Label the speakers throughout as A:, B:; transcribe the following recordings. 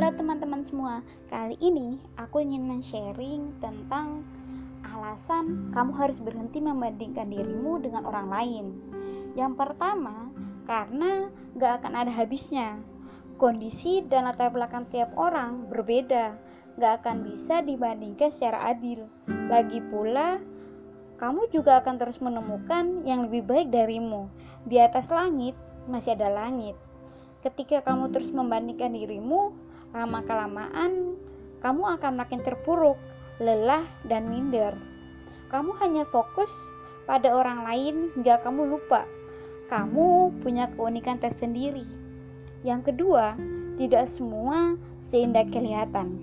A: Halo teman-teman semua, kali ini aku ingin men-sharing tentang alasan kamu harus berhenti membandingkan dirimu dengan orang lain. Yang pertama, karena gak akan ada habisnya. Kondisi dan latar belakang tiap orang berbeda, gak akan bisa dibandingkan secara adil. Lagi pula, kamu juga akan terus menemukan yang lebih baik darimu. Di atas langit masih ada langit. Ketika kamu terus membandingkan dirimu, lama-kelamaan kamu akan makin terpuruk, lelah, dan minder. Kamu hanya fokus pada orang lain hingga kamu lupa kamu punya keunikan tersendiri. Yang kedua, tidak semua seindah kelihatan.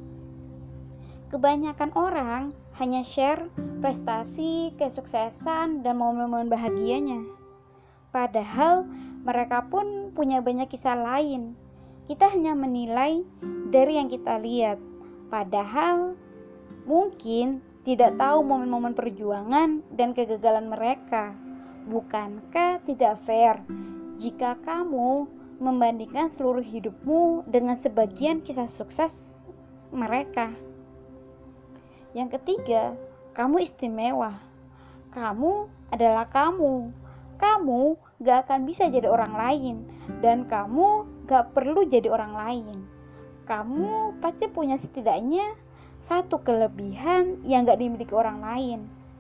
A: Kebanyakan orang hanya share prestasi, kesuksesan, dan momen-momen bahagianya. Padahal mereka pun punya banyak kisah lain. Kita hanya menilai dari yang kita lihat, padahal mungkin tidak tahu momen-momen perjuangan dan kegagalan mereka. Bukankah tidak fair jika kamu membandingkan seluruh hidupmu dengan sebagian kisah sukses mereka? Yang ketiga, kamu istimewa. Kamu adalah kamu. Kamu gak akan bisa jadi orang lain, dan kamu gak perlu jadi orang lain. Kamu pasti punya setidaknya satu kelebihan yang gak dimiliki orang lain.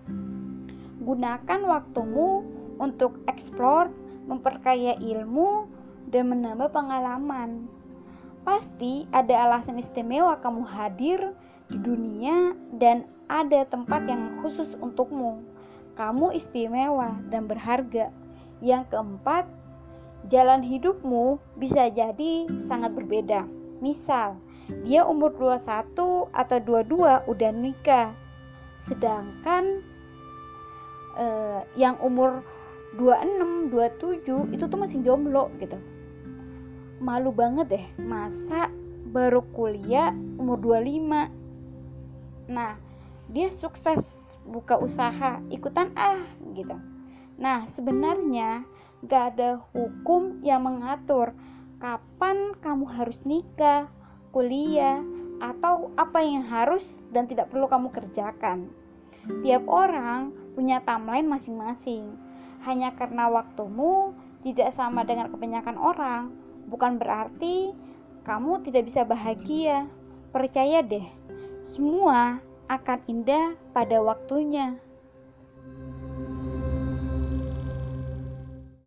A: Gunakan waktumu untuk eksplor, memperkaya ilmu, dan menambah pengalaman. Pasti ada alasan istimewa kamu hadir di dunia, dan ada tempat yang khusus untukmu. Kamu istimewa dan berharga. Yang keempat, jalan hidupmu bisa jadi sangat berbeda. Misal, dia umur 21 atau 22 udah nikah, sedangkan yang umur 26, 27 itu tuh masih jomblo gitu. Malu banget deh, masa baru kuliah umur 25. Nah, dia sukses buka usaha, ikutan gitu. Nah, sebenarnya gak ada hukum yang mengatur kapan kamu harus nikah, kuliah, atau apa yang harus dan tidak perlu kamu kerjakan. Tiap orang punya timeline masing-masing. Hanya karena waktumu tidak sama dengan kebanyakan orang, bukan berarti kamu tidak bisa bahagia. Percaya deh, semua akan indah pada waktunya.